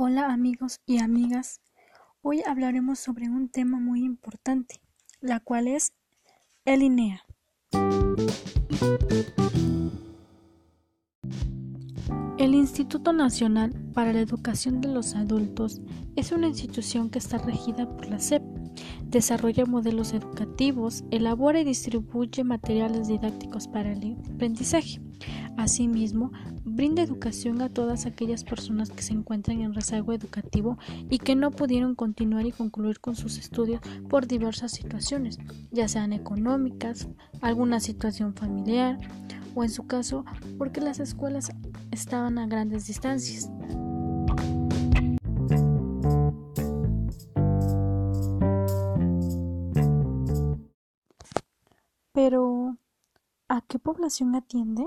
Hola amigos y amigas, hoy hablaremos sobre un tema muy importante, la cual es el INEA. El Instituto Nacional para la Educación de los Adultos es una institución que está regida por la SEP. Desarrolla modelos educativos, elabora y distribuye materiales didácticos para el aprendizaje. Asimismo, brinda educación a todas aquellas personas que se encuentran en rezago educativo y que no pudieron continuar y concluir con sus estudios por diversas situaciones, ya sean económicas, alguna situación familiar o en su caso porque las escuelas estaban a grandes distancias. Pero, ¿a qué población atiende?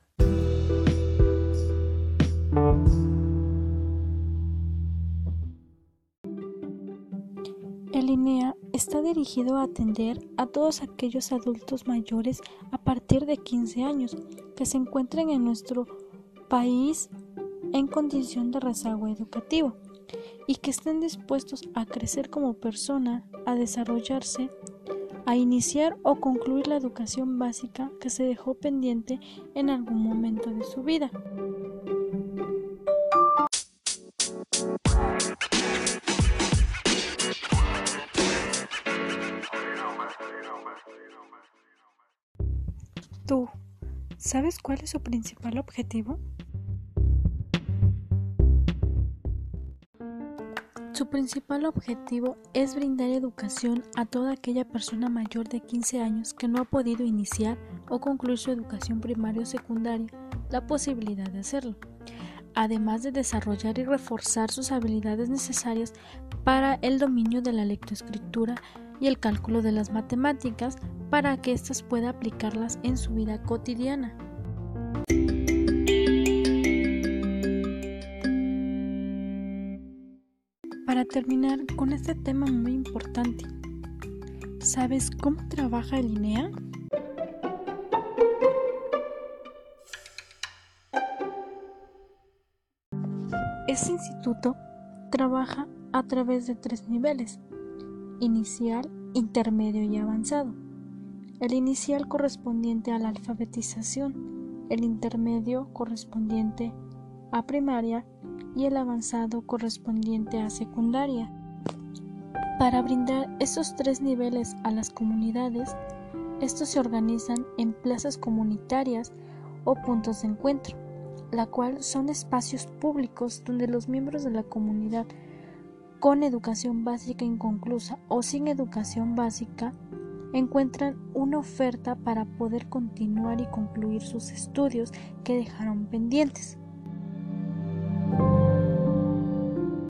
El INEA está dirigido a atender a todos aquellos adultos mayores a partir de 15 años que se encuentren en nuestro país en condición de rezago educativo y que estén dispuestos a crecer como persona, a desarrollarse, a iniciar o concluir la educación básica que se dejó pendiente en algún momento de su vida. ¿Tú sabes cuál es su principal objetivo? Su principal objetivo es brindar educación a toda aquella persona mayor de 15 años que no ha podido iniciar o concluir su educación primaria o secundaria, la posibilidad de hacerlo, además de desarrollar y reforzar sus habilidades necesarias para el dominio de la lectoescritura y el cálculo de las matemáticas para que éstas pueda aplicarlas en su vida cotidiana. Para terminar con este tema muy importante, ¿sabes cómo trabaja el INEA? Este instituto trabaja a través de 3 niveles: inicial, intermedio y avanzado. El inicial correspondiente a la alfabetización, el intermedio correspondiente a primaria y el avanzado correspondiente a secundaria. Para brindar estos 3 niveles a las comunidades, estos se organizan en plazas comunitarias o puntos de encuentro, la cual son espacios públicos donde los miembros de la comunidad con educación básica inconclusa o sin educación básica encuentran una oferta para poder continuar y concluir sus estudios que dejaron pendientes.